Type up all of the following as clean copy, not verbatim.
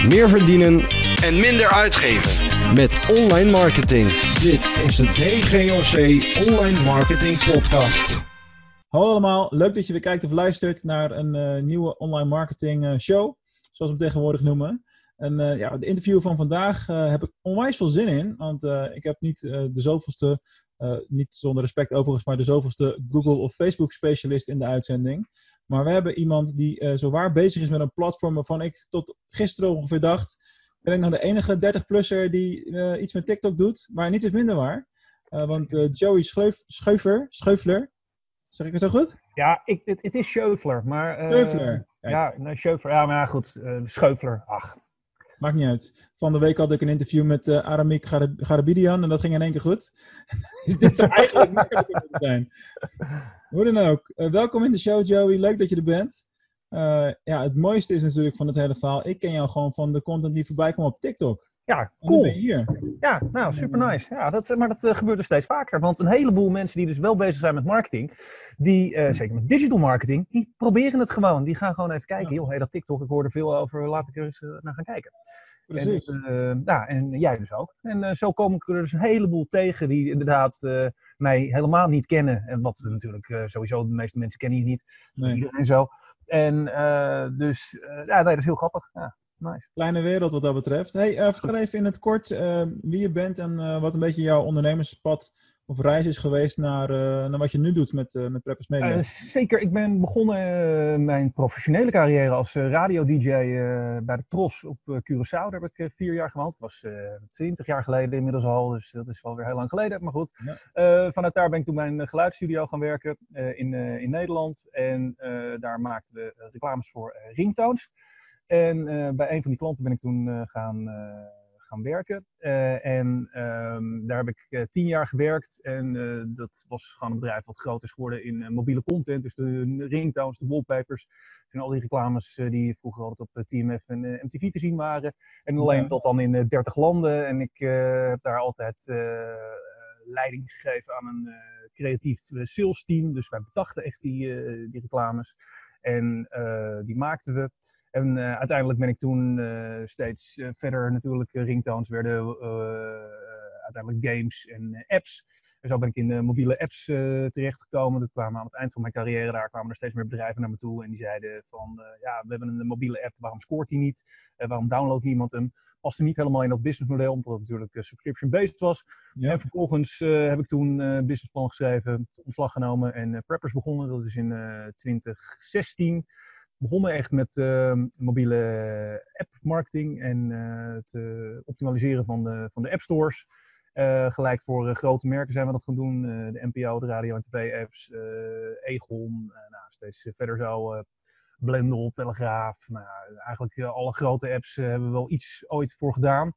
meer verdienen en minder uitgeven met online marketing. Dit is de DGOC Online Marketing Podcast. Hallo allemaal, leuk dat je weer kijkt of luistert naar een nieuwe online marketing show, zoals we hem tegenwoordig noemen. En het interview van vandaag heb ik onwijs veel zin in, want ik heb niet de zoveelste, niet zonder respect overigens, maar de zoveelste Google of Facebook specialist in de uitzending. Maar we hebben iemand die zowaar bezig is met een platform waarvan ik tot gisteren ongeveer dacht, ben ik nou de enige 30-plusser die iets met TikTok doet, maar niet is minder waar. Want Joey Scheufler, zeg ik het zo goed? Ja, het is Scheufler, maar... Scheufler. Scheufler. Ja, maar ja, goed. Scheufler. Ach. Maakt niet uit. Van de week had ik een interview met Aramik Garabidian en dat ging in één keer goed. Dus dit zou eigenlijk makkelijker moeten zijn. Hoe dan ook. Welkom in de show, Joey. Leuk dat je er bent. Het mooiste is natuurlijk van het hele verhaal. Ik ken jou gewoon van de content die voorbij komt op TikTok. Ja, En cool. nu ben je hier. Ja, nou, super nice. Ja, maar dat gebeurt er steeds vaker. Want een heleboel mensen die dus wel bezig zijn met marketing, die, zeker met digital marketing, die proberen het gewoon. Die gaan gewoon even kijken. Joh, hey, dat TikTok, ik hoor er veel over, laat ik er eens naar gaan kijken. Precies. En jij dus ook. En zo kom ik er dus een heleboel tegen die inderdaad mij helemaal niet kennen. En wat natuurlijk sowieso de meeste mensen kennen je niet. Nee. Iedereen zo. En dat is heel grappig. Ja, nice. Kleine wereld wat dat betreft. Hey, vertel even in het kort wie je bent en wat een beetje jouw ondernemerspad of reis is geweest naar wat je nu doet met Preppers Media. Zeker, ik ben begonnen mijn professionele carrière als radio-dj bij de Tros op Curaçao. Daar heb ik 4 jaar gewoond. Dat was 20 jaar geleden inmiddels al, dus dat is wel weer heel lang geleden. Maar goed, vanuit daar ben ik toen bij een geluidsstudio gaan werken in Nederland. En daar maakten we reclames voor ringtones. En bij een van die klanten ben ik toen gaan werken. Daar heb ik 10 jaar gewerkt. En dat was gewoon een bedrijf wat groot is geworden in mobiele content. Dus de ringtones, de wallpapers. En al die reclames die vroeger altijd op TMF en MTV te zien waren. En alleen dat dan in 30 landen. En ik heb daar altijd leiding gegeven aan een creatief sales team. Dus wij bedachten echt die reclames. En die maakten we. En uiteindelijk ben ik toen steeds verder natuurlijk ringtones werden uiteindelijk games en apps. En zo ben ik in mobiele apps terechtgekomen. Er kwamen aan het eind van mijn carrière daar kwamen er steeds meer bedrijven naar me toe. En die zeiden van we hebben een mobiele app, waarom scoort die niet? Waarom downloadt niemand hem? Paste niet helemaal in dat businessmodel, omdat het natuurlijk subscription-based was. Ja. En vervolgens heb ik toen een businessplan geschreven, ontslag genomen en Preppers begonnen. Dat is in 2016. Begonnen echt met mobiele app marketing en het optimaliseren van de app stores. Gelijk voor grote merken zijn we dat gaan doen. De NPO, de radio- en tv-apps, Egon, steeds verder zo. Blendel, Telegraaf. Eigenlijk alle grote apps hebben we wel iets ooit voor gedaan.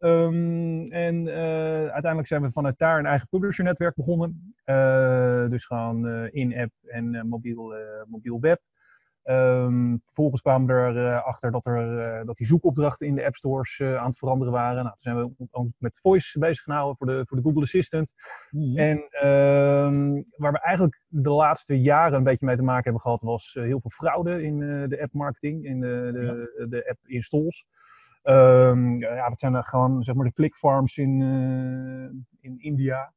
Uiteindelijk zijn we vanuit daar een eigen publisher netwerk begonnen. Dus gewoon in-app en mobiel web. Vervolgens kwamen we erachter dat die zoekopdrachten in de app stores aan het veranderen waren. Nou, toen zijn we ook met voice bezig gehouden voor de Google Assistant. Mm-hmm. En waar we eigenlijk de laatste jaren een beetje mee te maken hebben gehad, was heel veel fraude in de app marketing, in de app installs. Dat zijn dan gewoon zeg maar de clickfarms in India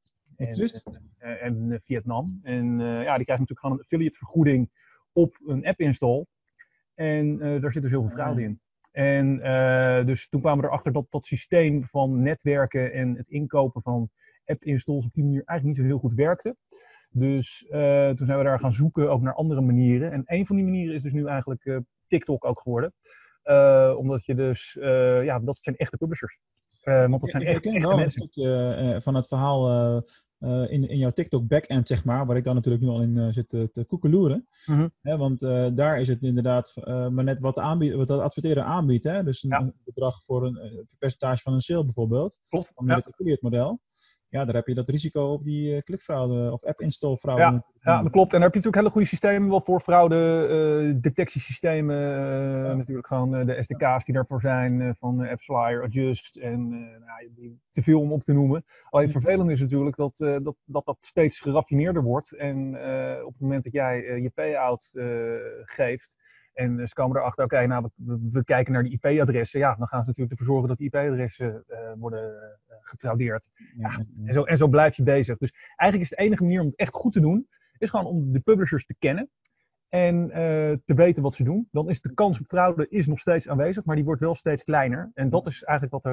en Vietnam. En die krijgen natuurlijk gewoon een affiliate vergoeding op een app install. En daar zit dus heel veel fraude in. En dus toen kwamen we erachter dat systeem van netwerken en het inkopen van app installs op die manier eigenlijk niet zo heel goed werkte. Dus toen zijn we daar gaan zoeken ook naar andere manieren. En een van die manieren is dus nu eigenlijk TikTok ook geworden. Omdat je dus, dat zijn echte publishers. Want dat zijn echte mensen. Een stukje van het verhaal in jouw TikTok backend, zeg maar, waar ik dan natuurlijk nu al in zit te koekeloeren. Mm-hmm. Want daar is het inderdaad maar net wat dat adverteren aanbiedt. Hè? Dus een bedrag voor een percentage van een sale bijvoorbeeld. Klopt. Met het affiliate model. Ja, daar heb je dat risico op die klikfraude of app-install fraude. Ja, dat klopt. En daar heb je natuurlijk hele goede systemen wel voor. Fraude, detectiesystemen. Natuurlijk gewoon de SDK's die daarvoor zijn. Van AppsFlyer, Adjust en te veel om op te noemen. Alleen het vervelende is natuurlijk dat steeds geraffineerder wordt. En op het moment dat jij je payout geeft, En ze komen erachter, oké, nou, we kijken naar de IP-adressen. Ja, dan gaan ze natuurlijk ervoor zorgen dat die IP-adressen worden gefraudeerd. Ja, en zo blijf je bezig. Dus eigenlijk is de enige manier om het echt goed te doen, is gewoon om de publishers te kennen. En te weten wat ze doen. Dan is de kans op fraude is nog steeds aanwezig, maar die wordt wel steeds kleiner. En dat is eigenlijk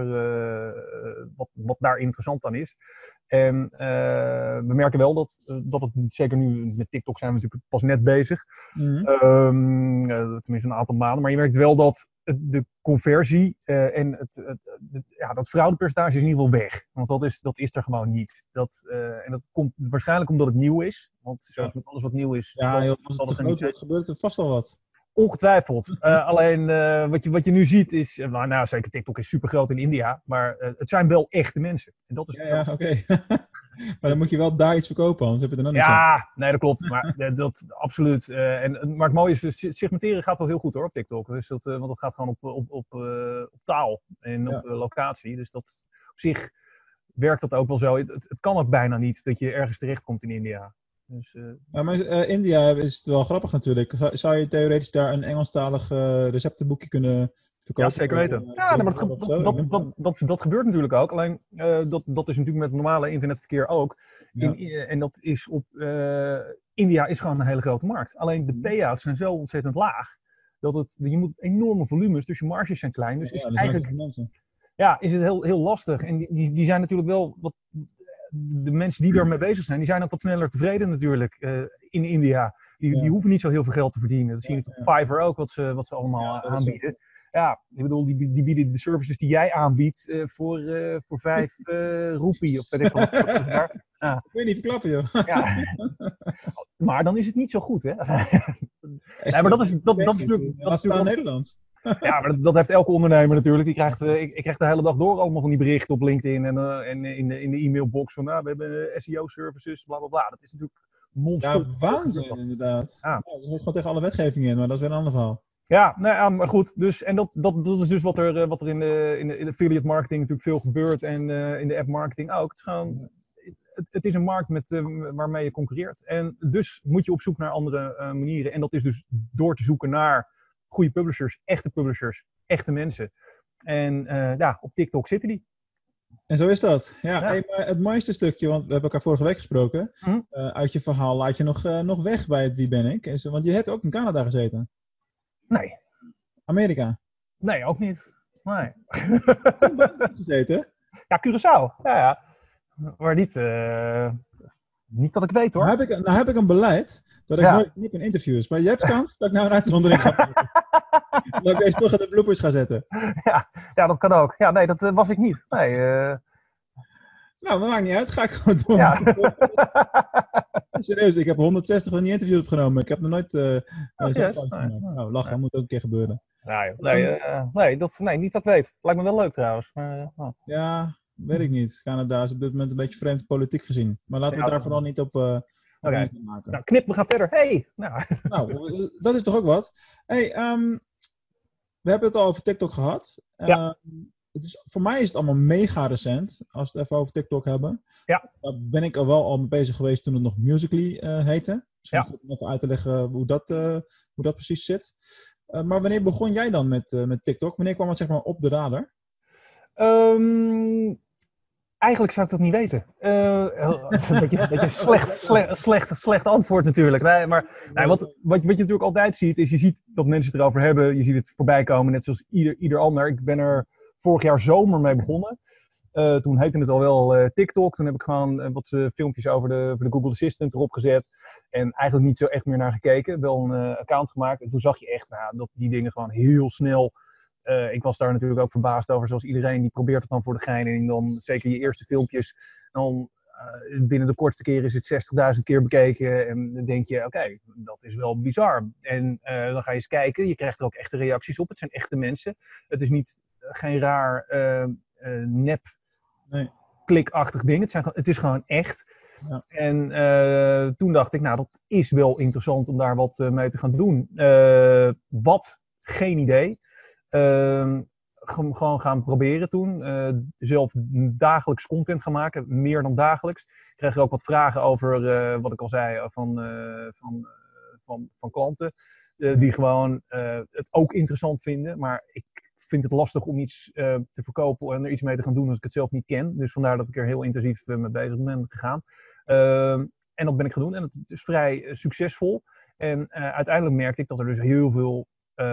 wat daar interessant aan is. En we merken wel dat het, zeker nu met TikTok zijn we natuurlijk pas net bezig. Tenminste een aantal maanden. Maar je merkt wel dat de conversie en dat fraudepercentage is in ieder geval weg. Want dat is er gewoon niet. En dat komt waarschijnlijk omdat het nieuw is. Want zoals met alles wat nieuw is... Ja, joh, als het te groot wordt, gebeurt er vast wel wat. Ongetwijfeld. Alleen wat je nu ziet is... Nou, zeker TikTok is super groot in India. Maar het zijn wel echte mensen. En dat is oké. Maar dan moet je wel daar iets verkopen, anders heb je er dan niks aan. Ja, nee, dat klopt. Maar dat absoluut. Maar het mooie is, segmenteren gaat wel heel goed hoor op TikTok. Dus want dat gaat gewoon op taal en op locatie. Dus dat op zich werkt dat ook wel zo. Het kan ook bijna niet dat je ergens terechtkomt in India. Dus, maar India is het wel grappig natuurlijk. Zou je theoretisch daar een Engelstalig receptenboekje kunnen verkopen? Ja, zeker weten. Ja, maar dat gebeurt natuurlijk ook. Alleen dat is natuurlijk met normale internetverkeer ook. Ja. En dat is India is gewoon een hele grote markt. Alleen de payouts zijn zo ontzettend laag. Je moet enorme volumes, dus je marges zijn klein. Dus is eigenlijk mensen. Ja, is het heel, heel lastig. En die zijn natuurlijk wel de mensen die daarmee bezig zijn, die zijn ook wat sneller tevreden natuurlijk in India. Die hoeven niet zo heel veel geld te verdienen. Dat zie je op Fiverr ook, wat ze allemaal aanbieden. Ja, ik bedoel, die bieden de services die jij aanbiedt voor 5 roepie of weet ik wat. Ik weet niet verklappen, joh. Ja. Maar dan is het niet zo goed, hè? Nee, maar dat is natuurlijk... Wat staat Nederlands? Ja, maar dat heeft elke ondernemer natuurlijk. Ik krijg de hele dag door allemaal van die berichten op LinkedIn en in de e-mailbox van we hebben SEO-services, bla bla bla. Dat is natuurlijk monster. Ja, waanzin inderdaad. Ja, dat is ook gewoon tegen alle wetgevingen in, maar dat is weer een ander verhaal. Ja, maar goed. Dus, en dat is dus wat er in de affiliate marketing natuurlijk veel gebeurt en in de app marketing ook. Het is gewoon... Het is een markt waarmee je concurreert. En dus moet je op zoek naar andere manieren. En dat is dus door te zoeken naar goede publishers, echte mensen. En op TikTok zitten die. En zo is dat. Ja. Hey, maar het mooiste stukje, want we hebben elkaar vorige week gesproken. Uit je verhaal laat je nog weg bij het Wie ben ik? Want je hebt ook in Canada gezeten. Nee. Amerika? Nee, ook niet. Nee. gezeten? Ja, Curaçao. Ja. Maar niet dat ik weet hoor. Nou heb ik een beleid dat ik nooit knip in interviews. Maar je hebt kans dat ik nou een uitzondering ga maken. Dat ik deze toch in de bloopers ga zetten. Ja, dat kan ook. Ja, nee, dat was ik niet. Nee, Nou, dat maakt niet uit. Ga ik gewoon doen. Ja. Serieus, ik heb 160 van die interviews opgenomen. Ik heb nog nooit zo'n fout gemaakt. Nou, lachen, moet ook een keer gebeuren. Nee, niet dat ik weet. Lijkt me wel leuk trouwens. Maar, Ja, weet ik niet. Canada is op dit moment een beetje vreemd politiek gezien. Maar laten we het daar vooral niet op maken. Nou, knip, we gaan verder. Hey! Nou, dat is toch ook wat. Hey, we hebben het al over TikTok gehad. Voor mij is het allemaal mega recent, als we het even over TikTok hebben. Ja. Daar ben ik al mee bezig geweest toen het nog Musical.ly heette. Misschien goed om even uit te leggen hoe dat precies zit. Maar wanneer begon jij dan met TikTok? Wanneer kwam het zeg maar op de radar? Eigenlijk zou ik dat niet weten. Een beetje slecht antwoord natuurlijk. Nee, maar wat je natuurlijk altijd ziet, is je ziet dat mensen het erover hebben. Je ziet het voorbij komen, net zoals ieder ander. Ik ben er vorig jaar zomer mee begonnen. Toen heette het al wel TikTok. Toen heb ik gewoon wat filmpjes over de Google Assistant erop gezet. En eigenlijk niet zo echt meer naar gekeken. Wel een account gemaakt. En toen zag je echt dat die dingen gewoon heel snel... ik was daar natuurlijk ook verbaasd over, zoals iedereen die probeert het dan voor de gein. En dan zeker je eerste filmpjes, dan binnen de kortste keer is het 60.000 keer bekeken. En dan denk je, oké, dat is wel bizar. En dan ga je eens kijken, je krijgt er ook echte reacties op. Het zijn echte mensen. Het is geen raar nep klikachtig ding. Het is gewoon echt. Ja. En toen dacht ik, dat is wel interessant om daar wat mee te gaan doen. Wat? Geen idee. Gewoon gaan proberen toen. Zelf dagelijks content gaan maken, meer dan dagelijks. Ik kreeg er ook wat vragen over, wat ik al zei, van klanten. die gewoon het ook interessant vinden. Maar ik vind het lastig om iets te verkopen en er iets mee te gaan doen als ik het zelf niet ken. Dus vandaar dat ik er heel intensief mee bezig ben gegaan. En dat ben ik gaan doen en het is vrij succesvol. En uiteindelijk merkte ik dat er dus heel veel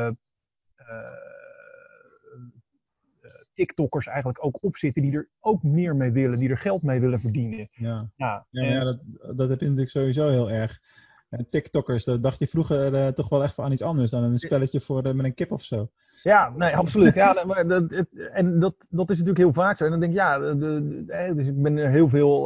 TikTokkers eigenlijk ook op zitten die er ook meer mee willen, die er geld mee willen verdienen. Dat heb je natuurlijk sowieso heel erg. TikTokkers, dat dacht je vroeger toch wel echt aan iets anders dan een spelletje met een kip of zo. Ja, nee, absoluut. Ja, maar dat is natuurlijk heel vaak zo. En dan denk ik, dus ik ben er heel veel,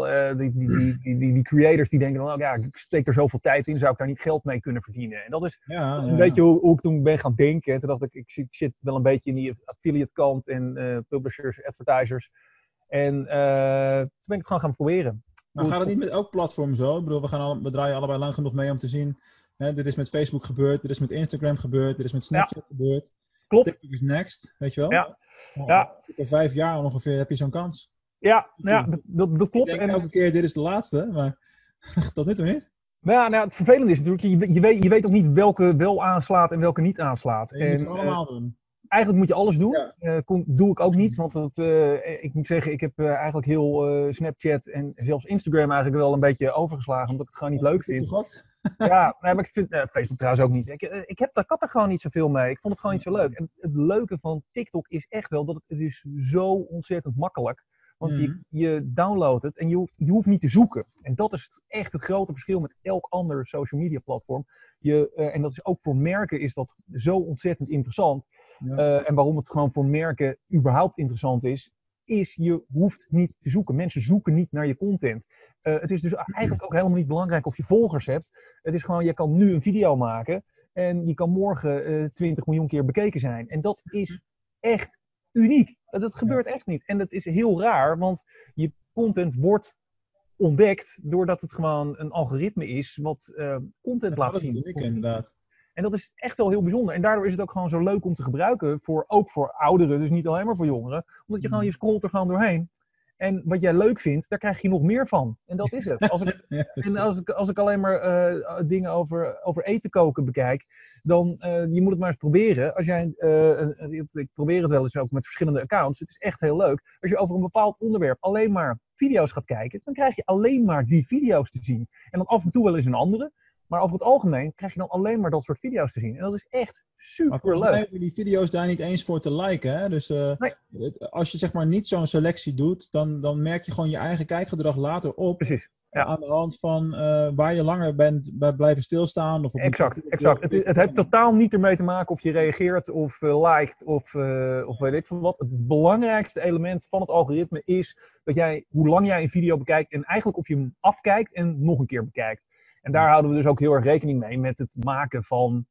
die creators die denken dan, ik steek er zoveel tijd in, zou ik daar niet geld mee kunnen verdienen? En dat is een beetje hoe ik toen ben gaan denken. Toen dacht ik zit wel een beetje in die affiliate kant en publishers, advertisers. En toen ben ik het gewoon gaan proberen. Maar gaat het niet met elk platform zo? Ik bedoel, we draaien allebei lang genoeg mee om te zien. Dit is met Facebook gebeurd, dit is met Instagram gebeurd, dit is met Snapchat gebeurd. Klopt. TikTok is next, weet je wel? Ja. Over 5 jaar ongeveer heb je zo'n kans. Ja, dat klopt. Ik denk elke keer, dit is de laatste, maar tot nu toe niet. Nou, het vervelende is natuurlijk, je weet ook niet welke wel aanslaat en welke niet aanslaat. En je moet het allemaal doen. Eigenlijk moet je alles doen. Ja. Doe ik ook niet, want ik moet zeggen, ik heb eigenlijk heel Snapchat en zelfs Instagram eigenlijk wel een beetje overgeslagen, omdat ik het gewoon niet leuk vind. Ja, nee, maar ik vind Facebook trouwens ook niet. Ik had er gewoon niet zoveel mee. Ik vond het gewoon niet zo leuk. En het leuke van TikTok is echt wel dat het is zo ontzettend makkelijk. Want je downloadt het en je hoeft niet te zoeken. En dat is echt het grote verschil met elk ander social media platform. En dat is ook voor merken is dat zo ontzettend interessant. Ja. En waarom het gewoon voor merken überhaupt interessant is je hoeft niet te zoeken. Mensen zoeken niet naar je content. Het is dus eigenlijk ook helemaal niet belangrijk of je volgers hebt. Het is gewoon, je kan nu een video maken en die kan morgen 20 miljoen keer bekeken zijn. En dat is echt uniek. Dat gebeurt echt niet. En dat is heel raar, want je content wordt ontdekt doordat het gewoon een algoritme is wat content laat zien. Dat is uniek, inderdaad. En dat is echt wel heel bijzonder. En daardoor is het ook gewoon zo leuk om te gebruiken, ook voor ouderen, dus niet alleen maar voor jongeren. Omdat je scrolt er gewoon doorheen. En wat jij leuk vindt, daar krijg je nog meer van. En dat is het. Als ik alleen maar dingen over eten koken bekijk, dan je moet het maar eens proberen. Ik probeer het wel eens ook met verschillende accounts. Het is echt heel leuk. Als je over een bepaald onderwerp alleen maar video's gaat kijken, dan krijg je alleen maar die video's te zien. En dan af en toe wel eens een andere. Maar over het algemeen krijg je dan alleen maar dat soort video's te zien. En dat is echt super leuk. Maar hoeven die video's daar niet eens voor te liken. Hè? Dus nee. Als je zeg maar niet zo'n selectie doet, dan merk je gewoon je eigen kijkgedrag later op. Precies. Ja. Aan de hand van waar je langer bent blijven stilstaan. Of exact. Het heeft totaal niet ermee te maken of je reageert of liked of weet ik veel wat. Het belangrijkste element van het algoritme is dat hoe lang jij een video bekijkt en eigenlijk of je hem afkijkt en nog een keer bekijkt. En daar houden we dus ook heel erg rekening mee met het maken van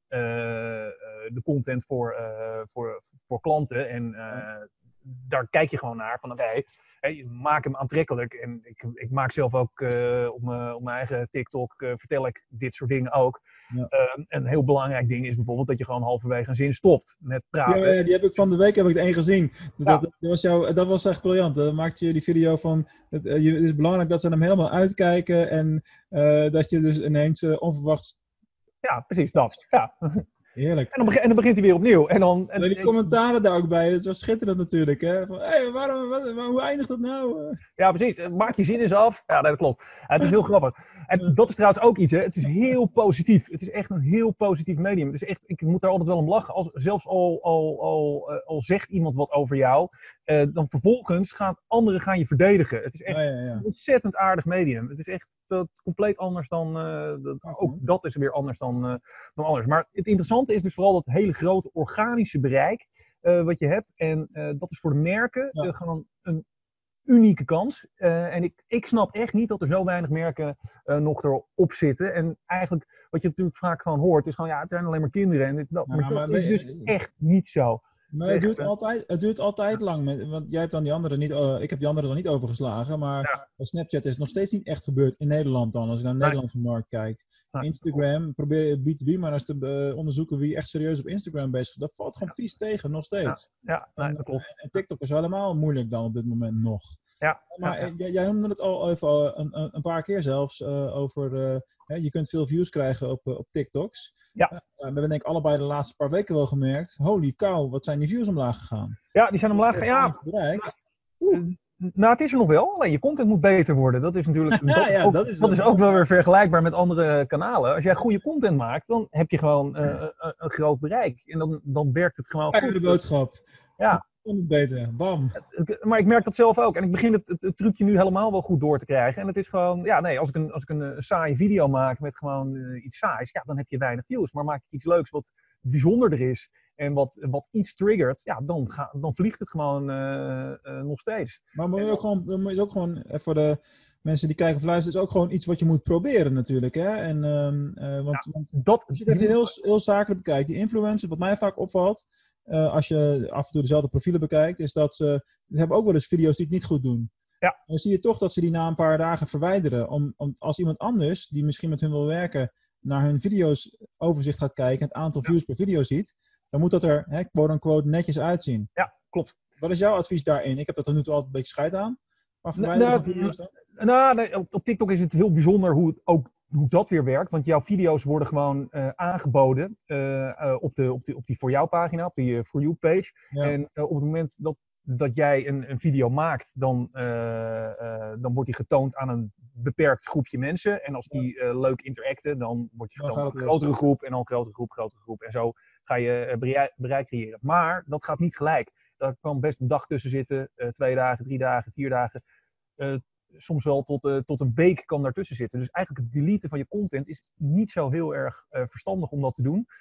de content voor klanten. En daar kijk je gewoon naar van maak hem aantrekkelijk. En ik maak zelf ook op mijn eigen TikTok vertel ik dit soort dingen ook. Ja. Een heel belangrijk ding is bijvoorbeeld dat je gewoon halverwege een zin stopt met praten. Ja, die heb ik van de week één gezien. Ja. Dat was echt briljant. Dan maakte je die video van, het is belangrijk dat ze hem helemaal uitkijken en dat je dus ineens onverwachts... Ja, precies dat. Ja. Heerlijk. En dan begint hij weer opnieuw. En die commentaren daar ook bij, het was schitterend natuurlijk. Hè? Van, hoe eindigt dat nou? Ja, precies. Maak je zin eens af. Ja, dat klopt. Het is heel grappig. En dat is trouwens ook iets, hè. Het is heel positief. Het is echt een heel positief medium. Het is echt, ik moet daar altijd wel om lachen. Zelfs al zegt iemand wat over jou, dan vervolgens anderen je verdedigen. Het is echt een ontzettend aardig medium. Het is echt compleet anders dan... ook dat is weer anders dan anders. Maar het interessante is dus vooral dat hele grote organische bereik wat je hebt. En dat is voor de merken gewoon een unieke kans. En ik snap echt niet dat er zo weinig merken nog erop zitten. En eigenlijk, wat je natuurlijk vaak gewoon hoort, is gewoon, het zijn alleen maar kinderen. En maar dat is dus echt niet zo. Maar het duurt altijd lang. Want jij hebt dan die andere niet, ik heb die andere dan niet overgeslagen. Maar Snapchat is nog steeds niet echt gebeurd in Nederland dan. Als ik naar de Nederlandse markt kijk. Instagram, probeer B2B maar eens te onderzoeken wie echt serieus op Instagram bezig is. Dat valt gewoon vies tegen, nog steeds. Dat klopt. En TikTok is helemaal moeilijk dan op dit moment nog. Ja. Maar jij noemde het al even een paar keer zelfs over je kunt veel views krijgen op TikToks. Ja. We hebben denk ik allebei de laatste paar weken wel gemerkt. Holy cow, wat zijn die views omlaag gegaan. Ja, die zijn omlaag gegaan. Nou, het is er nog wel. Alleen je content moet beter worden. Dat is natuurlijk dat is ook wel weer vergelijkbaar met andere kanalen. Als jij goede content maakt, dan heb je gewoon een groot bereik. En dan werkt het gewoon goed. De boodschap. Ja. Het beter. Bam. Maar ik merk dat zelf ook. En ik begin het trucje nu helemaal wel goed door te krijgen. En het is gewoon, als ik een saaie video maak met gewoon iets saais, dan heb je weinig views. Maar maak ik iets leuks wat bijzonderder is en wat iets triggert, dan vliegt het gewoon nog steeds. Maar moet je ook gewoon voor de mensen die kijken of luisteren, is ook gewoon iets wat je moet proberen natuurlijk. Hè? En, want als je het even heel zakelijk bekijkt, die influencers, wat mij vaak opvalt, als je af en toe dezelfde profielen bekijkt, is dat ze hebben ook wel eens video's die het niet goed doen. Ja. En dan zie je toch dat ze die na een paar dagen verwijderen. Om als iemand anders, die misschien met hun wil werken, naar hun video's overzicht gaat kijken, het aantal views per video ziet, dan moet dat er, quote-unquote, netjes uitzien. Ja, klopt. Wat is jouw advies daarin? Ik heb dat tot nu toe altijd een beetje scheid aan. Maar verwijderen van video's dan? Op TikTok is het heel bijzonder hoe dat weer werkt. Want jouw video's worden gewoon aangeboden op die voor jou pagina, op die for you page. Ja. En op het moment dat jij een video maakt, dan wordt die getoond aan een beperkt groepje mensen. En als die leuk interacten, dan wordt die getoond aan een grotere groep. En dan grotere groep. En zo ga je bereik creëren. Maar dat gaat niet gelijk. Daar kan best een dag tussen zitten, 2 dagen, 3 dagen, 4 dagen. Soms wel tot een week kan daartussen zitten. Dus eigenlijk het deleten van je content is niet zo heel erg verstandig om dat te doen.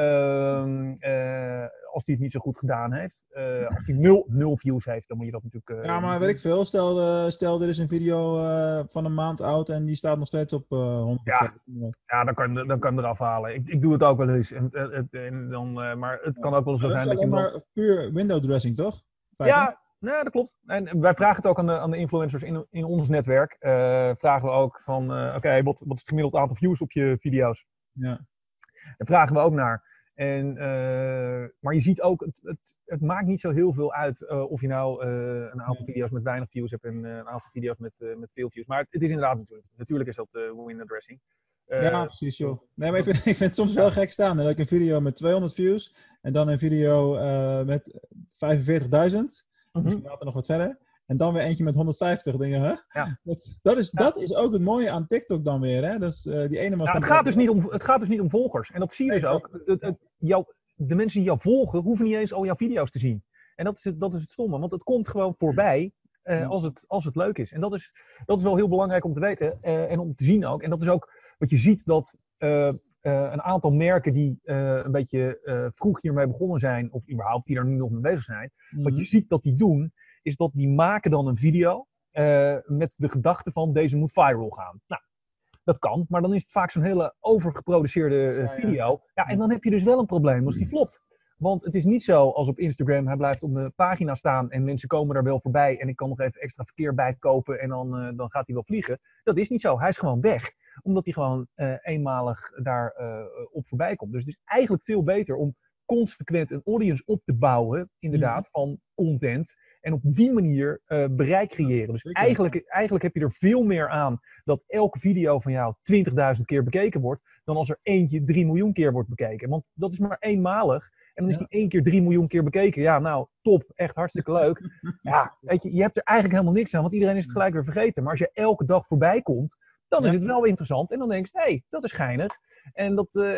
Als die het niet zo goed gedaan heeft. Als die 0 views heeft, dan moet je dat natuurlijk... ja, maar weet ik veel. Stel er is een video van een maand oud en die staat nog steeds op 100. Ja, dan kan je eraf halen. Ik doe het ook wel eens. Maar het kan ook wel zo zijn dat je... maar puur window dressing, toch? Ja, nee, dat klopt. En wij vragen het ook aan de influencers in ons netwerk. Vragen we ook van, wat is het gemiddeld aantal views op je video's? Ja. Daar vragen we ook naar. Maar je ziet ook, het maakt niet zo heel veel uit of je nou een aantal video's met weinig views hebt en een aantal video's met veel views. Maar het is inderdaad natuurlijk is dat window dressing. Ja, precies joh. Nee, maar ik vind het soms wel gek staan. Dat ik een video met 200 views en dan een video met 45.000. Misschien gaat er nog wat verder. En dan weer eentje met 150. Denk je, hè? Ja. Dat is ook het mooie aan TikTok dan weer. Hè? Dus, die ene was het gaat dus niet om volgers. En dat zie je dus ook. De mensen die jou volgen, hoeven niet eens al jouw video's te zien. En dat is het stomme. Want het komt gewoon voorbij als het leuk is. En dat is wel heel belangrijk om te weten. En om te zien ook. En dat is ook wat je ziet dat... een aantal merken die een beetje vroeg hiermee begonnen zijn, of überhaupt die er nu nog mee bezig zijn, wat je ziet dat die doen, is dat die maken dan een video met de gedachte van deze moet viral gaan. Nou, dat kan, maar dan is het vaak zo'n hele overgeproduceerde video. Ja, en dan heb je dus wel een probleem als die flopt. Want het is niet zo als op Instagram, hij blijft op de pagina staan en mensen komen daar wel voorbij en ik kan nog even extra verkeer bijkopen en dan gaat hij wel vliegen. Dat is niet zo, hij is gewoon weg. Omdat hij gewoon eenmalig daar op voorbij komt. Dus het is eigenlijk veel beter om consequent een audience op te bouwen, inderdaad, van content. En op die manier bereik creëren. Dus eigenlijk heb je er veel meer aan dat elke video van jou 20.000 keer bekeken wordt, dan als er eentje 3 miljoen keer wordt bekeken. Want dat is maar eenmalig. En dan is die 1 keer 3 miljoen keer bekeken. Ja, nou, top. Echt hartstikke leuk. Ja, weet je hebt er eigenlijk helemaal niks aan, want iedereen is het gelijk weer vergeten. Maar als je elke dag voorbij komt, dan is het wel interessant. En dan denk je, hé, dat is geinig. En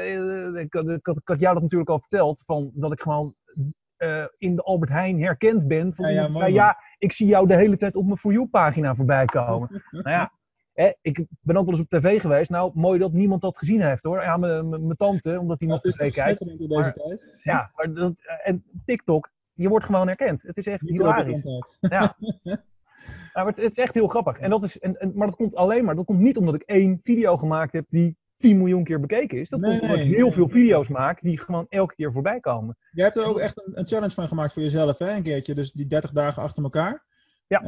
ik had jou dat natuurlijk al verteld, dat ik gewoon in de Albert Heijn herkend ben. Ik zie jou de hele tijd op mijn For You pagina voorbij komen. Nou ja, ik ben ook wel eens op tv geweest. Nou, mooi dat niemand dat gezien heeft hoor. Ja, mijn tante, omdat hij nog tv kijkt. In deze tijd. Ja, en TikTok, je wordt gewoon herkend. Het is echt hilarisch. Ja. Nou, het is echt heel grappig. Maar dat komt dat komt niet omdat ik 1 video gemaakt heb die 10 miljoen keer bekeken is. Dat komt omdat ik heel veel video's maak die gewoon elke keer voorbij komen. Jij hebt er ook echt een challenge van gemaakt voor jezelf, hè? Een keertje. Dus die 30 dagen achter elkaar. Ja.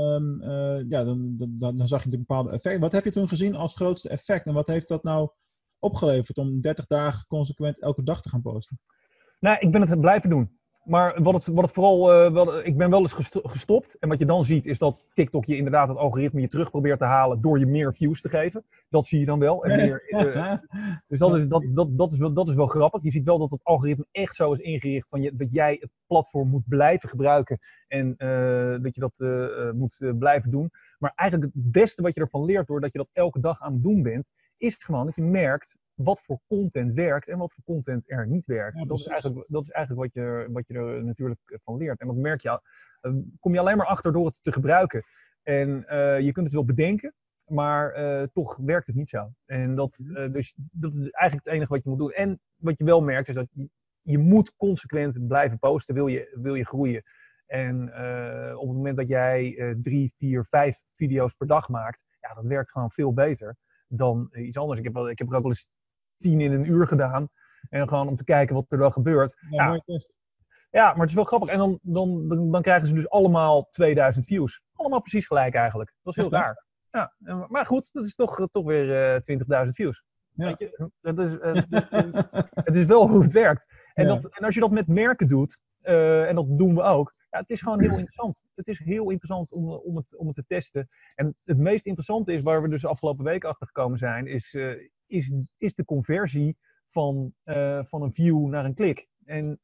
En, dan zag je een bepaald effect. Wat heb je toen gezien als grootste effect? En wat heeft dat nou opgeleverd om 30 dagen consequent elke dag te gaan posten? Nou, ik ben het blijven doen. Maar wat het vooral, ik ben wel eens gestopt. En wat je dan ziet is dat TikTok je inderdaad het algoritme je terug probeert te halen door je meer views te geven. Dat zie je dan wel. En meer, dus dat is wel grappig. Je ziet wel dat het algoritme echt zo is ingericht dat jij het platform moet blijven gebruiken. En dat je dat moet blijven doen. Maar eigenlijk het beste wat je ervan leert doordat je dat elke dag aan het doen bent, is gewoon dat je merkt wat voor content werkt en wat voor content er niet werkt. Ja, dat is eigenlijk wat je er natuurlijk van leert. En dat merk je, kom je alleen maar achter door het te gebruiken. En je kunt het wel bedenken, maar toch werkt het niet zo. En dus dat is eigenlijk het enige wat je moet doen. En wat je wel merkt is dat je moet consequent blijven posten, wil je groeien. En op het moment dat jij 3, 4, 5 video's per dag maakt, ja, dat werkt gewoon veel beter dan iets anders. Ik heb er ook wel eens 10 in een uur gedaan. En gewoon om te kijken wat er dan gebeurt. Ja, mooi test. Ja, maar het is wel grappig. En dan krijgen ze dus allemaal 2000 views. Allemaal precies gelijk eigenlijk. Dat is heel raar. Ja, maar goed, dat is toch weer 20.000 views. Ja. Weet je? Het is wel hoe het werkt. En, Ja. en als je dat met merken doet, en dat doen we ook. Ja, het is gewoon heel interessant. Het is heel interessant om het te testen. En het meest interessante is, waar we dus de afgelopen week achter gekomen zijn, is de conversie van een view naar een klik. En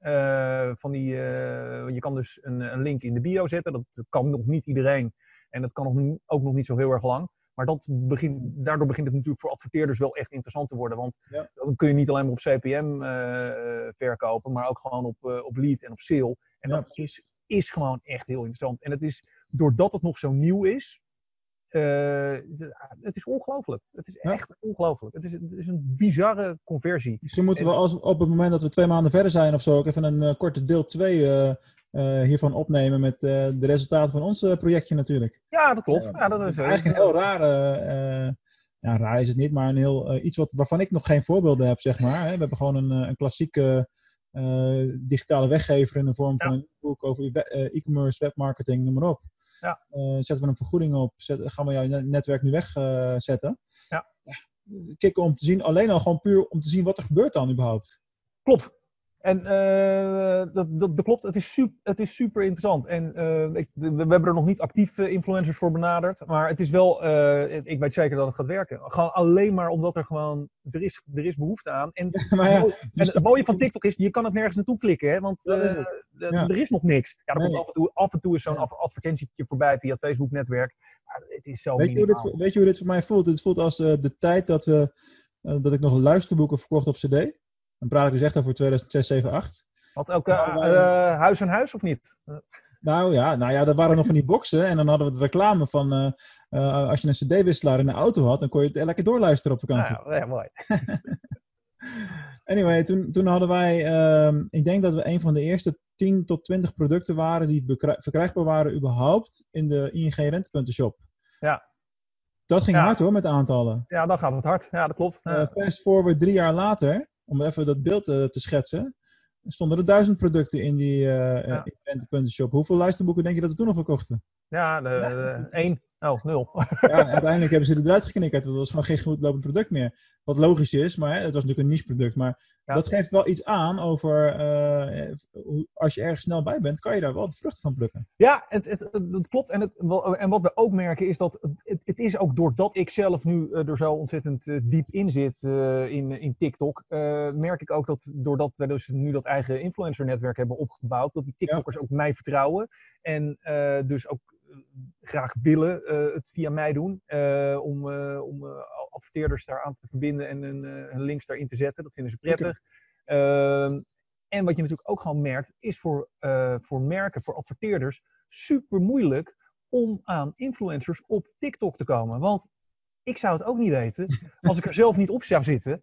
je kan dus een link in de bio zetten. Dat kan nog niet iedereen. En dat kan ook nog niet zo heel erg lang. Maar daardoor begint het natuurlijk voor adverteerders wel echt interessant te worden. Want dan kun je niet alleen maar op CPM verkopen, maar ook gewoon op lead en op sale. En dat is gewoon echt heel interessant. En het is, doordat het nog zo nieuw is, het is ongelooflijk. Het is echt ongelooflijk. Het is een bizarre conversie. Misschien moeten we op het moment dat we 2 maanden verder zijn of zo ook even een korte deel 2 hiervan opnemen met de resultaten van ons projectje natuurlijk. Ja, dat klopt. Ja, dat is eigenlijk een heel rare, raar is het niet, maar een heel iets waarvan ik nog geen voorbeelden heb, zeg maar. Hè. We hebben gewoon een klassieke digitale weggever in de vorm van een boek over e-commerce, webmarketing, noem maar op. Ja. Zetten we een vergoeding op, gaan we jouw netwerk nu wegzetten. Ja. Kicken om te zien, alleen al gewoon puur om te zien wat er gebeurt dan überhaupt. Klopt. En dat klopt, het is super interessant. En we hebben er nog niet actief influencers voor benaderd. Maar het is wel, ik weet zeker dat het gaat werken. Gewoon alleen maar omdat er gewoon, er is behoefte aan. En, het mooie van TikTok is, je kan het nergens naartoe klikken. Hè, want er is nog niks. Ja, er komt af en toe is zo'n advertentietje voorbij via het Facebook netwerk. Maar het is zo weet je hoe dit voor mij voelt? Het voelt als de tijd dat ik nog luisterboeken verkocht op cd. Dan praat ik dus echt over 2006, 7, 8. Had elke huis aan huis of niet? Nou ja, dat waren nog van die boxen. En dan hadden we de reclame van als je een cd-wisselaar in de auto had, dan kon je het lekker doorluisteren op vakantie. Ja, mooi. Anyway, toen hadden wij, ik denk dat we een van de eerste 10 tot 20 producten waren die verkrijgbaar waren überhaupt in de ING rentepuntenshop. Ja. Dat ging hard hoor, met aantallen. Ja, dan gaat het hard. Ja, dat klopt. Fast forward 3 jaar later, om even dat beeld te schetsen, stonden er 1000 producten in die rentepuntenshop. Hoeveel luisterboeken denk je dat we toen nog verkochten? Ja, 1. Oh, 0. Ja, uiteindelijk hebben ze het eruit geknikkerd. Het was gewoon geen goed lopend product meer. Wat logisch is, maar het was natuurlijk een niche product. Maar dat geeft wel iets aan over als je ergens snel bij bent, kan je daar wel de vruchten van plukken. Ja, het klopt. En wat we ook merken is dat het is ook doordat ik zelf nu er zo ontzettend diep in zit in TikTok, merk ik ook dat doordat we dus nu dat eigen influencer netwerk hebben opgebouwd, dat die TikTokkers ook mij vertrouwen. En dus ook graag willen het via mij doen. Om adverteerders daaraan te verbinden en hun links daarin te zetten. Dat vinden ze prettig. En wat je natuurlijk ook gewoon merkt, is voor merken, voor adverteerders, super moeilijk om aan influencers op TikTok te komen. Want ik zou het ook niet weten, als ik er zelf niet op zou zitten.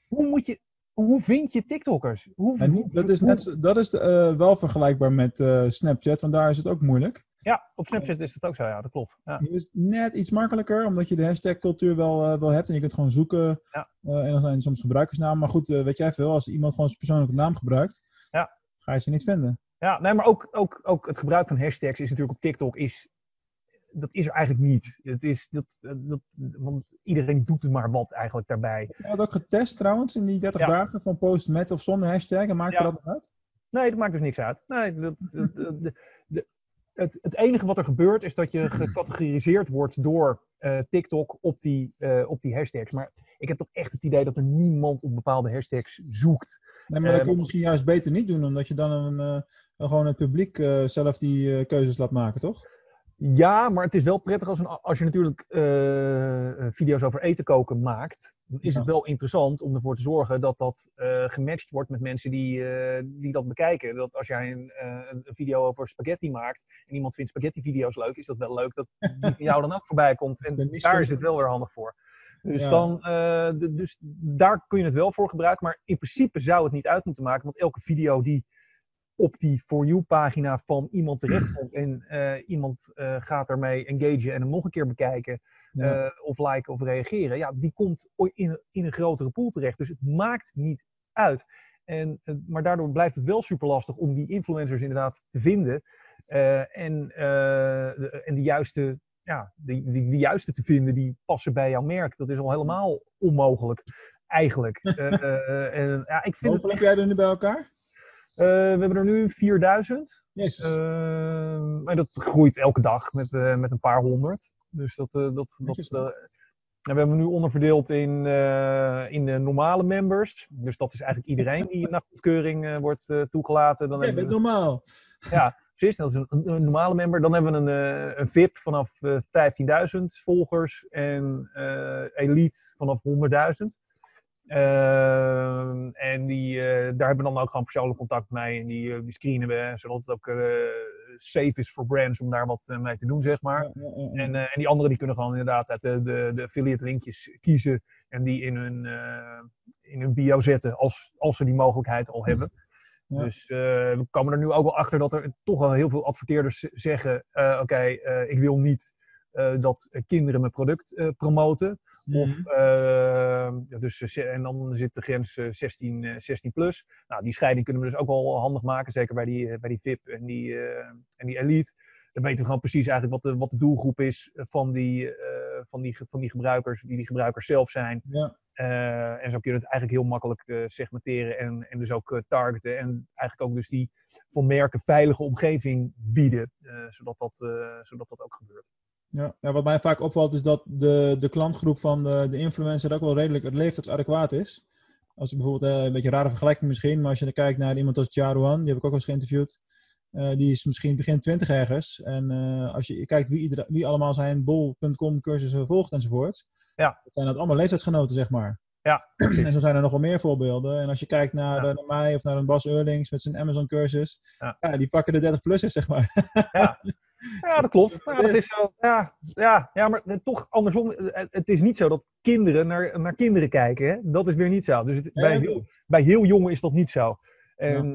Hoe vind je TikTokkers? Dat is wel vergelijkbaar met Snapchat, want daar is het ook moeilijk. Ja, op Snapchat is dat ook zo, ja, dat klopt. Ja. Het is net iets makkelijker, omdat je de hashtag-cultuur wel hebt en je kunt gewoon zoeken. Ja. En dan zijn soms gebruikersnamen. Maar goed, weet jij veel, als iemand gewoon zijn persoonlijke naam gebruikt, ga je ze niet vinden. Ja, nee, maar ook het gebruik van hashtags is natuurlijk op TikTok, dat is er eigenlijk niet. Het is, want iedereen doet het maar wat eigenlijk daarbij. Je had ook getest trouwens in die 30 dagen van post met of zonder hashtag en maakte dat uit? Nee, dat maakt dus niks uit. Nee, het enige wat er gebeurt is dat je gecategoriseerd wordt door TikTok op die hashtags. Maar ik heb toch echt het idee dat er niemand op bepaalde hashtags zoekt. Nee, maar dat kun je misschien juist beter niet doen, omdat je dan gewoon het publiek zelf die keuzes laat maken, toch? Ja, maar het is wel prettig als je natuurlijk video's over eten koken maakt. Dan is het wel interessant om ervoor te zorgen dat dat gematcht wordt met mensen die dat bekijken. Dat als jij een video over spaghetti maakt en iemand vindt spaghetti video's leuk, is dat wel leuk dat die van jou dan ook voorbij komt. En daar is het wel weer handig voor. Dus, dus daar kun je het wel voor gebruiken. Maar in principe zou het niet uit moeten maken, want elke video die op die For You-pagina van iemand terechtkomt en iemand gaat daarmee engagen en hem nog een keer bekijken, of liken of reageren, ja, die komt in een grotere pool terecht. Dus het maakt niet uit. Maar daardoor blijft het wel super lastig om die influencers inderdaad te vinden en de juiste, die juiste te vinden die passen bij jouw merk. Dat is al helemaal onmogelijk, eigenlijk. Ik vind Hoeveel heb jij er nu bij elkaar? We hebben er nu 4000. Jezus. Maar dat groeit elke dag met een paar honderd. Dus we hebben nu onderverdeeld in de normale members. Dus dat is eigenlijk iedereen die naar goedkeuring wordt toegelaten. Dan Jij bent normaal. Ja, precies. Dat is een normale member. Dan hebben we een VIP vanaf 15.000 volgers. En Elite vanaf 100.000. En daar hebben we dan ook gewoon persoonlijk contact mee. En die screenen we, zodat het ook safe is voor brands om daar wat mee te doen, zeg maar. En die anderen die kunnen gewoon inderdaad uit de affiliate linkjes kiezen. En die in hun bio zetten, als ze die mogelijkheid al hebben. Ja. Dus we komen er nu ook wel achter dat er toch wel heel veel adverteerders zeggen, ik wil niet dat kinderen mijn product promoten. En dan zit de grens 16 plus. Nou, die scheiding kunnen we dus ook wel handig maken, zeker bij die VIP en die Elite. Dan weten we gewoon precies eigenlijk wat de doelgroep is van die gebruikers, die gebruikers zelf zijn. Ja. En zo kun je het eigenlijk heel makkelijk segmenteren en dus ook targeten. En eigenlijk ook dus die voor merken veilige omgeving bieden, zodat dat ook gebeurt. Ja, wat mij vaak opvalt is dat de klantgroep van de influencer ook wel redelijk leeftijdsadequaat is. Als je bijvoorbeeld een beetje een rare vergelijking misschien, maar als je dan kijkt naar iemand als Charuan, die heb ik ook wel eens geïnterviewd. Die is misschien begin 20 ergens. En als je kijkt wie allemaal zijn bol.com cursussen volgt enzovoort. Ja. Zijn dat allemaal leeftijdsgenoten, zeg maar. Ja. En zo zijn er nog wel meer voorbeelden. En als je kijkt naar mij of naar een Bas Eurlings met zijn Amazon cursus. Ja, die pakken de 30-plussers, zeg maar. Ja, dat klopt. Ja, dat is zo. Ja, maar toch andersom. Het is niet zo dat kinderen naar kinderen kijken. Hè? Dat is weer niet zo. Dus bij heel jongen is dat niet zo. En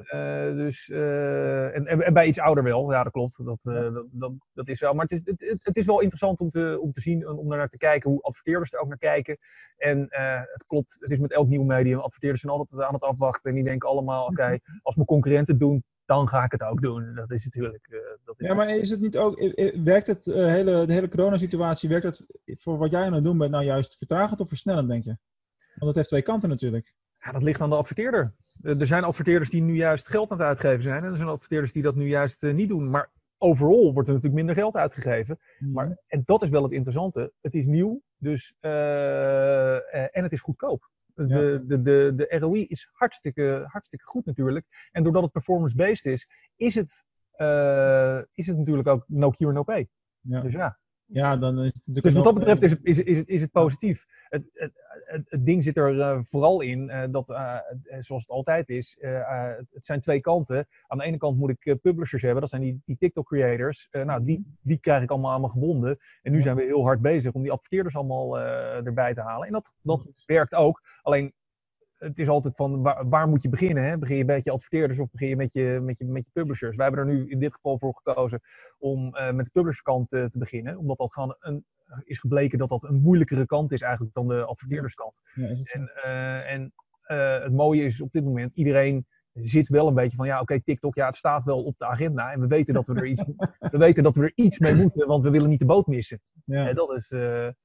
bij iets ouder wel. Ja, dat klopt. Dat is zo. Maar het is wel interessant om te zien, om naar te kijken hoe adverteerders er ook naar kijken. En het klopt, het is met elk nieuw medium. Adverteerders zijn altijd aan het afwachten. En die denken allemaal, oké, als mijn concurrenten het doen, dan ga ik het ook doen. Dat is natuurlijk... maar is het niet ook... Werkt het, de hele coronasituatie, werkt het voor wat jij aan het doen bent nou juist vertragend of versnellend, denk je? Want dat heeft twee kanten natuurlijk. Ja, dat ligt aan de adverteerder. Er zijn adverteerders die nu juist geld aan het uitgeven zijn. En er zijn adverteerders die dat nu juist niet doen. Maar overal wordt er natuurlijk minder geld uitgegeven. En dat is wel het interessante. Het is nieuw, dus, en het is goedkoop. De ROI is hartstikke goed natuurlijk. En doordat het performance-based is het natuurlijk ook no cure, no pay. Ja. Dus ja. Ja, dan is het dus wat dat betreft is het positief. Het ding zit er vooral in dat, zoals het altijd is, het zijn twee kanten. Aan de ene kant moet ik publishers hebben, dat zijn die TikTok creators. Die krijg ik allemaal aan me gebonden. En nu zijn we heel hard bezig om die adverteerders allemaal erbij te halen. En dat werkt ook. Alleen, het is altijd van waar moet je beginnen? Hè? Begin je met je adverteerders of begin je met je publishers? Wij hebben er nu in dit geval voor gekozen om met de publisherskant te beginnen. Omdat dat gewoon is gebleken dat een moeilijkere kant is eigenlijk dan de adverteerderskant. Ja, het mooie is op dit moment, iedereen zit wel een beetje van TikTok, het staat wel op de agenda. En we weten dat we er iets mee moeten, want we willen niet de boot missen. Ja.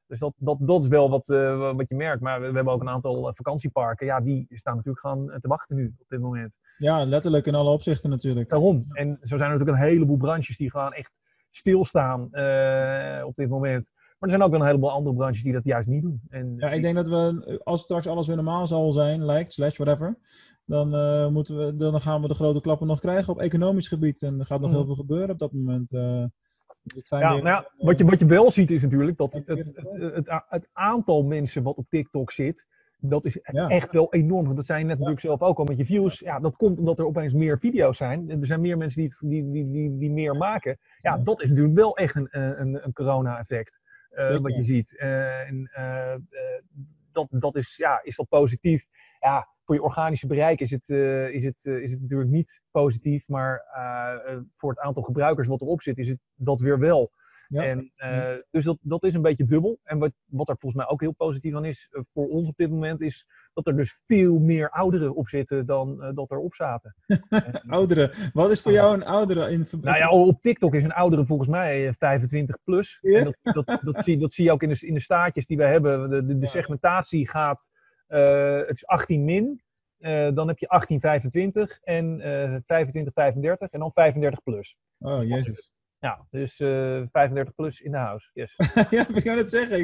Dus dat is wel wat je merkt. Maar we hebben ook een aantal vakantieparken. Ja, die staan natuurlijk gewoon te wachten nu op dit moment. Ja, letterlijk in alle opzichten natuurlijk. Daarom. En zo zijn er natuurlijk een heleboel branches die gewoon echt stilstaan op dit moment. Maar er zijn ook wel een heleboel andere branches die dat juist niet doen. En, Ja, ik denk dat we, als straks alles weer normaal zal zijn, whatever, dan gaan we de grote klappen nog krijgen op economisch gebied. En er gaat nog heel veel gebeuren op dat moment. Wat je wel ziet is natuurlijk dat het aantal mensen wat op TikTok zit, dat is echt wel enorm. Want dat zei je net natuurlijk zelf ook al met je views. Ja, dat komt omdat er opeens meer video's zijn. Er zijn meer mensen die meer maken. Ja, dat is natuurlijk wel echt een corona-effect. Wat je ziet. Is dat positief? Ja, voor je organische bereik is het natuurlijk niet positief, maar voor het aantal gebruikers wat erop zit, is het dat weer wel. Ja. En, dus dat is een beetje dubbel. En wat er volgens mij ook heel positief aan is voor ons op dit moment, is dat er dus veel meer ouderen op zitten dan dat er op zaten. Ouderen? Wat is voor jou een oudere? Nou ja, op TikTok is een oudere volgens mij 25 plus. Ja? En dat zie je ook in de staartjes die wij hebben. De segmentatie gaat, het is 18 min. Dan heb je 18-25 en 25-35 en dan 35 plus. Oh, jezus. Ja, dus 35 plus in de house. Yes. Ja, ik kan het zeggen.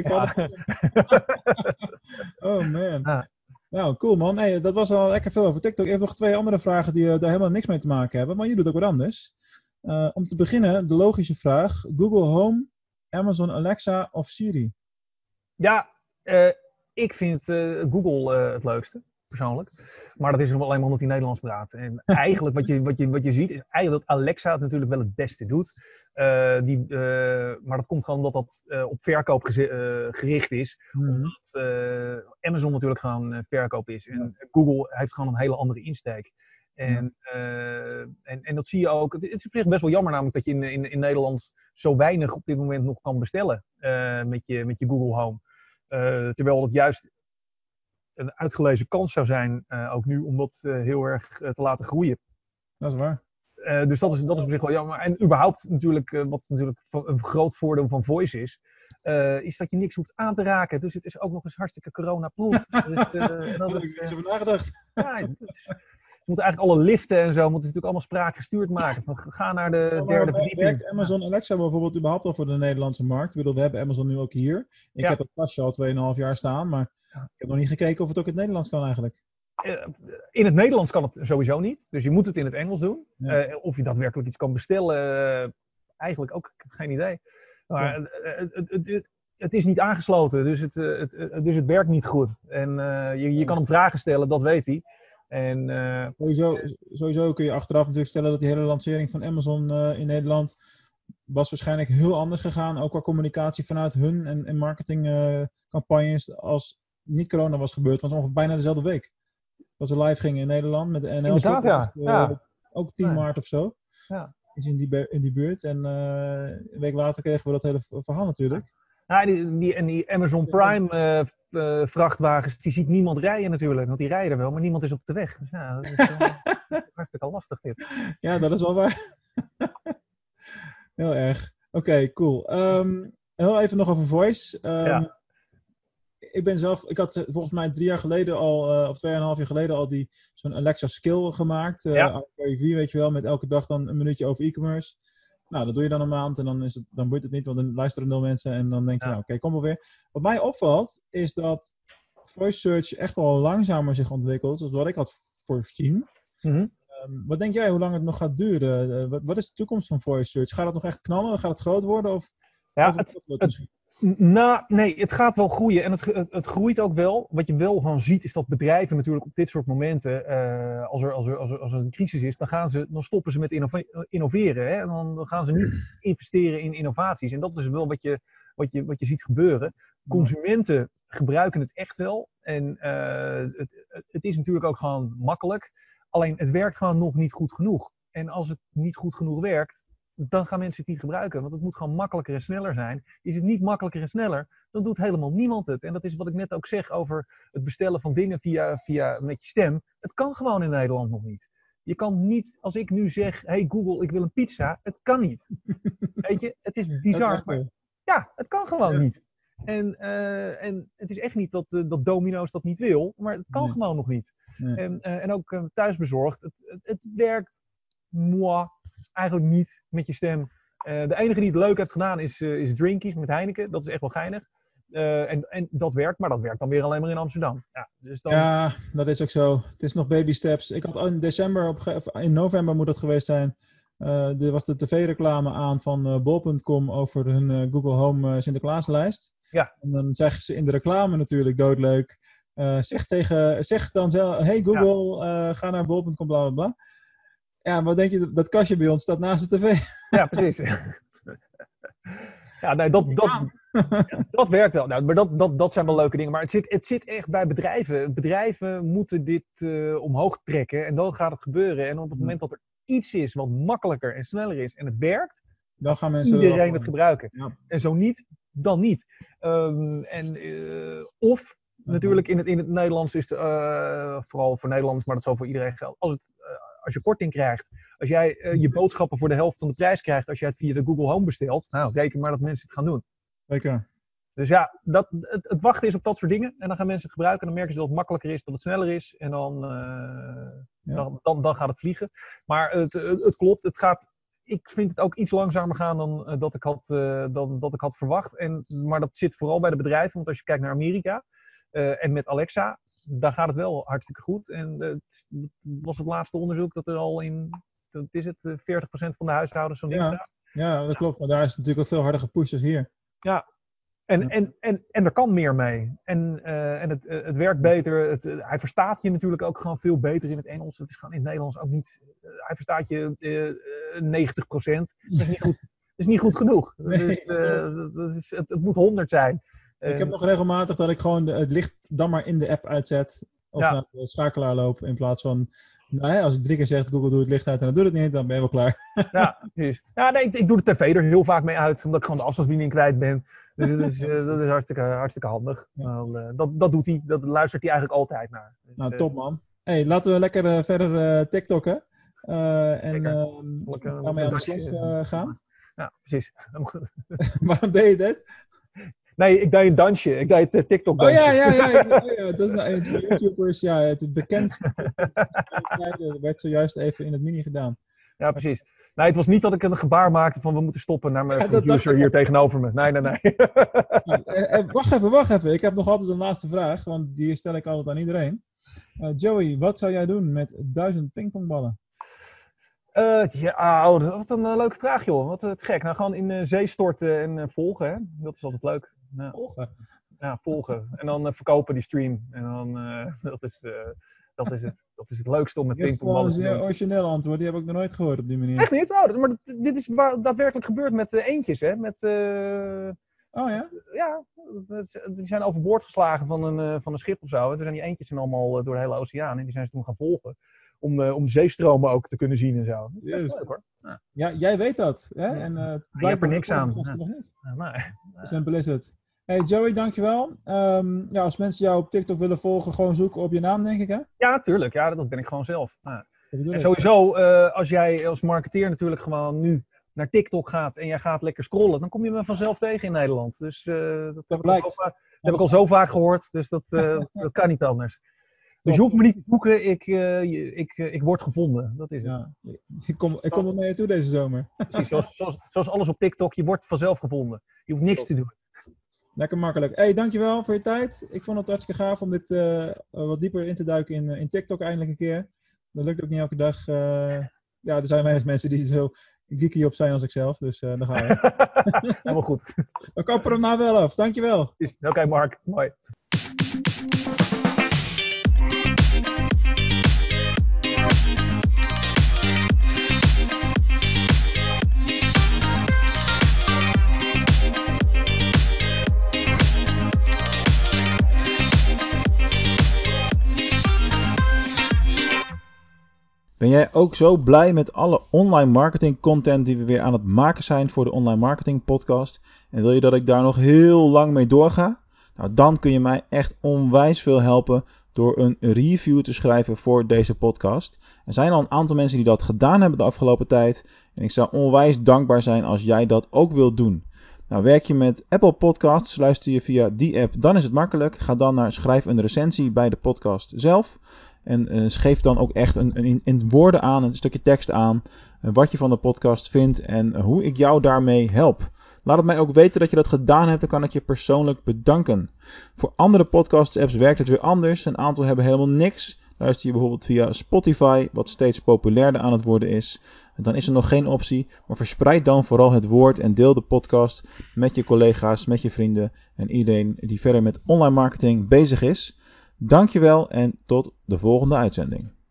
Oh man. Ah. Nou, cool man. Hey, dat was al lekker veel over TikTok. Ik heb nog 2 andere vragen die daar helemaal niks mee te maken hebben. Maar je doet ook wat anders. Om te beginnen, de logische vraag. Google Home, Amazon Alexa of Siri? Ja, ik vind Google het leukste. Persoonlijk. Maar dat is alleen maar omdat hij Nederlands praat. En eigenlijk wat je ziet is eigenlijk dat Alexa het natuurlijk wel het beste doet. Maar dat komt gewoon omdat dat op verkoop gericht is. Omdat Amazon natuurlijk gewoon verkoop is. En Google heeft gewoon een hele andere insteek. En dat zie je ook. Het is op zich best wel jammer namelijk dat je in Nederland zo weinig op dit moment nog kan bestellen met je Google Home. Terwijl het juist een uitgelezen kans zou zijn, ook nu, om dat heel erg te laten groeien. Dat is waar. Dus dat is op zich wel jammer. En überhaupt natuurlijk, wat natuurlijk een groot voordeel van Voice is dat je niks hoeft aan te raken. Dus het is ook nog eens hartstikke corona-proof. Dus, dat is ik over nagedacht. Ja, je moet eigenlijk alle liften en zo moeten natuurlijk allemaal spraakgestuurd maken. Ga naar de derde verdieping. Werkt Amazon Alexa bijvoorbeeld überhaupt al voor de Nederlandse markt? Ik bedoel, we hebben Amazon nu ook hier. Ik heb het pasje al 2,5 jaar staan, maar ik heb nog niet gekeken of het ook in het Nederlands kan eigenlijk. In het Nederlands kan het sowieso niet. Dus je moet het in het Engels doen. Ja. Of je daadwerkelijk iets kan bestellen, eigenlijk ook geen idee. Maar het is niet aangesloten, dus het werkt niet goed. En je kan hem vragen stellen, dat weet hij. En, sowieso kun je achteraf natuurlijk stellen dat die hele lancering van Amazon in Nederland was waarschijnlijk heel anders gegaan, ook qua communicatie vanuit hun en marketingcampagnes als niet corona was gebeurd. Want ongeveer bijna dezelfde week dat ze live gingen in Nederland met de NL. Inderdaad, ook 10 maart of zo. Ja. Is in die buurt. En een week later kregen we dat hele verhaal natuurlijk. Ja, die Amazon Prime vrachtwagens, die ziet niemand rijden natuurlijk. Want die rijden wel, maar niemand is op de weg. Dus ja, dat is hartstikke lastig dit. Ja, dat is wel waar. Heel erg. Oké, cool. Heel even nog over Voice. Ik had volgens mij 3 jaar geleden al, of 2,5 jaar geleden al zo'n Alexa skill gemaakt. RV, weet je wel, met elke dag dan een minuutje over e-commerce. Nou, dat doe je dan een maand en dan boeit het niet, want dan luisteren 0 mensen en dan denk je, nou oké, kom wel weer. Wat mij opvalt, is dat voice search echt wel langzamer zich ontwikkelt, zoals wat ik had voorzien. Mm-hmm. Wat denk jij, hoe lang het nog gaat duren? Wat is de toekomst van voice search? Gaat het nog echt knallen? Gaat het groot worden? Nee, het gaat wel groeien en het groeit ook wel. Wat je wel gewoon ziet is dat bedrijven natuurlijk op dit soort momenten, als er een crisis is, dan stoppen ze met innoveren. Hè? En dan gaan ze niet investeren in innovaties. En dat is wel wat je ziet gebeuren. Consumenten gebruiken het echt wel. En het is natuurlijk ook gewoon makkelijk. Alleen het werkt gewoon nog niet goed genoeg. En als het niet goed genoeg werkt, dan gaan mensen het niet gebruiken. Want het moet gewoon makkelijker en sneller zijn. Is het niet makkelijker en sneller, dan doet helemaal niemand het. En dat is wat ik net ook zeg over het bestellen van dingen via met je stem. Het kan gewoon in Nederland nog niet. Je kan niet, als ik nu zeg, hey Google, ik wil een pizza. Het kan niet. Weet je, het is bizar. Maar, ja, het kan gewoon niet. En het is echt niet dat Domino's dat niet wil, maar het kan gewoon nog niet. Nee. En ook thuisbezorgd. Het werkt eigenlijk niet met je stem. De enige die het leuk heeft gedaan is Drinkies met Heineken. Dat is echt wel geinig. En dat werkt, maar dat werkt dan weer alleen maar in Amsterdam. Ja, dus dan... Ja, dat is ook zo. Het is nog baby steps. Ik had in november moet het geweest zijn. Er was de tv-reclame aan van bol.com over hun Google Home Sinterklaaslijst. Ja. En dan zeggen ze in de reclame natuurlijk doodleuk. Zeg dan zelf, hey Google, ga naar bol.com, bla bla bla. Ja, wat denk je, dat kastje bij ons staat naast de tv. Ja, precies. Ja, nee, dat werkt wel. Nou, maar dat zijn wel leuke dingen. Maar het zit echt bij bedrijven. Bedrijven moeten dit omhoog trekken en dan gaat het gebeuren. En op het moment dat er iets is wat makkelijker en sneller is en het werkt, dan gaan mensen iedereen het gebruiken. Ja. En zo niet, dan niet. Of natuurlijk in het Nederlands is het vooral voor Nederlanders, maar dat zal voor iedereen gelden. Als je korting krijgt, als jij je boodschappen voor de helft van de prijs krijgt als jij het via de Google Home bestelt, nou reken maar dat mensen het gaan doen. Zeker. Dus ja, het wachten is op dat soort dingen en dan gaan mensen het gebruiken en dan merken ze dat het makkelijker is, dat het sneller is en dan gaat het vliegen. Maar het klopt, ik vind het ook iets langzamer gaan dan dat ik had verwacht. Maar dat zit vooral bij de bedrijven, want als je kijkt naar Amerika en met Alexa, daar gaat het wel hartstikke goed. En het was het laatste onderzoek dat er al in, 40% van de huishoudens zo'n ding staat. Ja, dat klopt. Maar daar is het natuurlijk ook veel harder gepusht als hier. Ja. En er kan meer mee. En het werkt beter. Hij verstaat je natuurlijk ook gewoon veel beter in het Engels. Het is gewoon in het Nederlands ook niet... hij verstaat je 90%. Dat is niet goed genoeg. Nee, dus, het moet 100 zijn. Ik heb nog regelmatig dat ik gewoon het licht dan maar in de app uitzet. Of naar de schakelaar loop. In plaats van... als ik 3 keer zeg, Google doe het licht uit en dan doet het niet, dan ben je wel klaar. Ja, precies. Ja, nee, ik doe de tv er heel vaak mee uit. Omdat ik gewoon de afstandsbediening kwijt ben. Dus dat is hartstikke handig. Ja. Dat doet hij. Dat luistert hij eigenlijk altijd naar. Dus, nou, top man. Hey, laten we lekker verder TikTokken. En daarmee aan de slag gaan. Ja, precies. Waarom deed je dit? Nee, ik deed een dansje. Ik deed het TikTok-dansje. Ja. Dat is nou een van de YouTubers. Ja, het bekendste. Dat werd zojuist even in het mini gedaan. Ja, precies. Nee, het was niet dat ik een gebaar maakte van we moeten stoppen naar mijn producer hier tegenover me. Nee. Wacht even. Ik heb nog altijd een laatste vraag, want die stel ik altijd aan iedereen. Joey, wat zou jij doen met 1000 pingpongballen? Wat een leuke vraag, joh. Wat gek. Nou, gewoon in zee storten en volgen, hè. Dat is altijd leuk. Ja. Volgen? Ja, volgen. En dan verkopen die stream. En dan, dat is het leukste om met pingpongballen te doen. Dat is een origineel antwoord. Die heb ik nog nooit gehoord op die manier. Echt niet? Maar dit is daadwerkelijk gebeurd met eendjes, hè. Oh ja? Ja, die zijn overboord geslagen van een schip of zo. Toen zijn die eendjes allemaal door de hele oceaan. En die zijn ze toen gaan volgen. Om zeestromen ook te kunnen zien en zo. Dat is leuk, hoor. Ja, jij weet dat. Hè? Ja. En, je hebt er niks aan. Nog niet. Nee. Simpel is het. Hey Joey, dankjewel. Als mensen jou op TikTok willen volgen, gewoon zoeken op je naam, denk ik, hè? Ja, tuurlijk. Ja, dat ben ik gewoon zelf. Ja. En sowieso, als jij als marketeer natuurlijk gewoon nu naar TikTok gaat en jij gaat lekker scrollen, dan kom je me vanzelf tegen in Nederland. Dus dat heb ik al zo vaak gehoord, dus dat kan niet anders. Dus je hoeft me niet te zoeken, ik word gevonden. Dat is het. Ja, ik kom er naar je toe deze zomer. Precies, zoals alles op TikTok, je wordt vanzelf gevonden. Je hoeft niks te doen. Lekker makkelijk. Hey, dankjewel voor je tijd. Ik vond het hartstikke gaaf om dit wat dieper in te duiken in TikTok eindelijk een keer. Dat lukt ook niet elke dag. Er zijn weinig mensen die zo geeky op zijn als ik zelf, dus daar gaan we. Helemaal goed. We kappen hem nou wel af. Dankjewel. Oké, Mark. Mooi. Ben jij ook zo blij met alle online marketing content die we weer aan het maken zijn voor de Online Marketing Podcast? En wil je dat ik daar nog heel lang mee doorga? Nou, dan kun je mij echt onwijs veel helpen door een review te schrijven voor deze podcast. Er zijn al een aantal mensen die dat gedaan hebben de afgelopen tijd. En ik zou onwijs dankbaar zijn als jij dat ook wilt doen. Nou, werk je met Apple Podcasts, luister je via die app, dan is het makkelijk. Ga dan naar schrijf een recensie bij de podcast zelf. En geef dan ook echt in woorden aan, een stukje tekst aan, wat je van de podcast vindt en hoe ik jou daarmee help. Laat het mij ook weten dat je dat gedaan hebt, dan kan ik je persoonlijk bedanken. Voor andere podcast-apps werkt het weer anders. Een aantal hebben helemaal niks. Luister je bijvoorbeeld via Spotify, wat steeds populairder aan het worden is. Dan is er nog geen optie, maar verspreid dan vooral het woord en deel de podcast met je collega's, met je vrienden en iedereen die verder met online marketing bezig is. Dankjewel en tot de volgende uitzending.